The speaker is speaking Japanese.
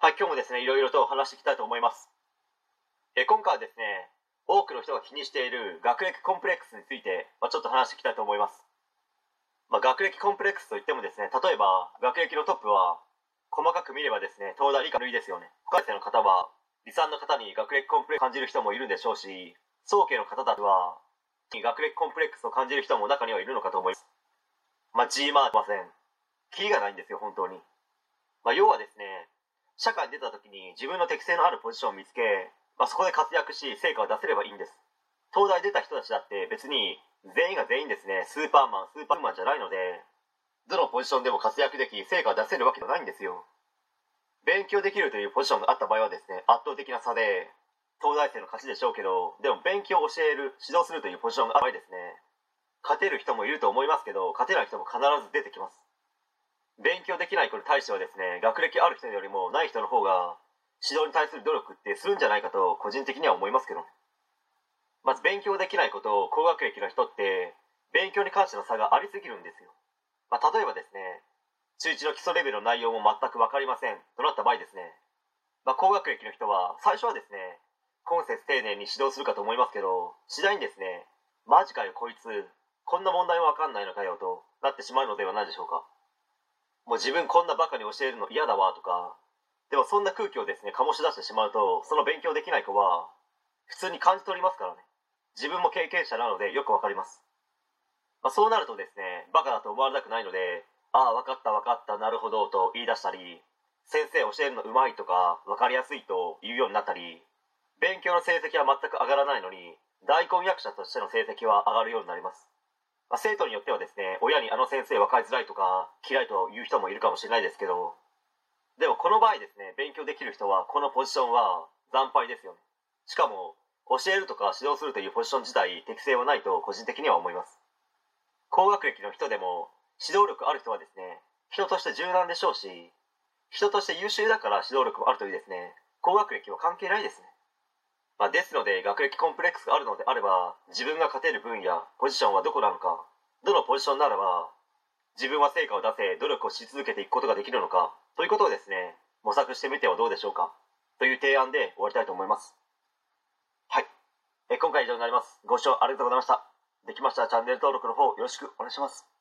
はい、今日もですね、いろいろと話していきたいと思います。今回はですね、多くの人が気にしている学歴コンプレックスについて、ちょっと話していきたいと思います。学歴コンプレックスといってもですね、例えば学歴のトップは、細かく見ればですね、東大以下類ですよね。深生の方は、理産の方に学歴コンプレックスを感じる人もいるんでしょうし、早慶の方たちは、学歴コンプレックスを感じる人も中にはいるのかと思います。G マークません。キリがないんですよ、本当に。要はですね、社会に出た時に自分の適性のあるポジションを見つけ、そこで活躍し成果を出せればいいんです。東大出た人たちだって別に全員が全員ですね、スーパーマンじゃないので、どのポジションでも活躍でき成果を出せるわけじゃないんですよ。勉強できるというポジションがあった場合はですね、圧倒的な差で東大生の勝ちでしょうけど、でも勉強を教える、指導するというポジションがある場合ですね、勝てる人もいると思いますけど、勝てない人も必ず出てきます。勉強できない子に対してはですね、学歴ある人よりもない人の方が指導に対する努力ってするんじゃないかと個人的には思いますけど、まず勉強できない子と高学歴の人って勉強に関しての差がありすぎるんですよ。例えばですね、中1の基礎レベルの内容も全く分かりませんとなった場合ですね、高学歴の人は最初はですね、今節丁寧に指導するかと思いますけど、次第にですね、マジかよこいつ、こんな問題も分かんないのかよとなってしまうのではないでしょうか。もう自分こんなバカに教えるの嫌だわとか、でもそんな空気をですね醸し出してしまうと、その勉強できない子は普通に感じ取りますからね。自分も経験者なのでよくわかります。そうなるとですね、バカだと思われたくないので、ああ分かったなるほどと言い出したり、先生教えるのうまいとか分かりやすいと言うようになったり、勉強の成績は全く上がらないのに大根役者としての成績は上がるようになります。生徒によってはですね、親にあの先生分かりづらいとか嫌いという人もいるかもしれないですけど、でもこの場合ですね、勉強できる人はこのポジションは惨敗ですよね。しかも教えるとか指導するというポジション自体適性はないと個人的には思います。高学歴の人でも指導力ある人はですね、人として柔軟でしょうし、人として優秀だから指導力もあるというですね、高学歴は関係ないですね。ですので学歴コンプレックスがあるのであれば、自分が勝てる分野ポジションはどこなのか、どのポジションならば自分は成果を出せ、努力をし続けていくことができるのかということをですね、模索してみてはどうでしょうかという提案で終わりたいと思います。はい、今回以上になります。ご視聴ありがとうございました。できましたらチャンネル登録の方よろしくお願いします。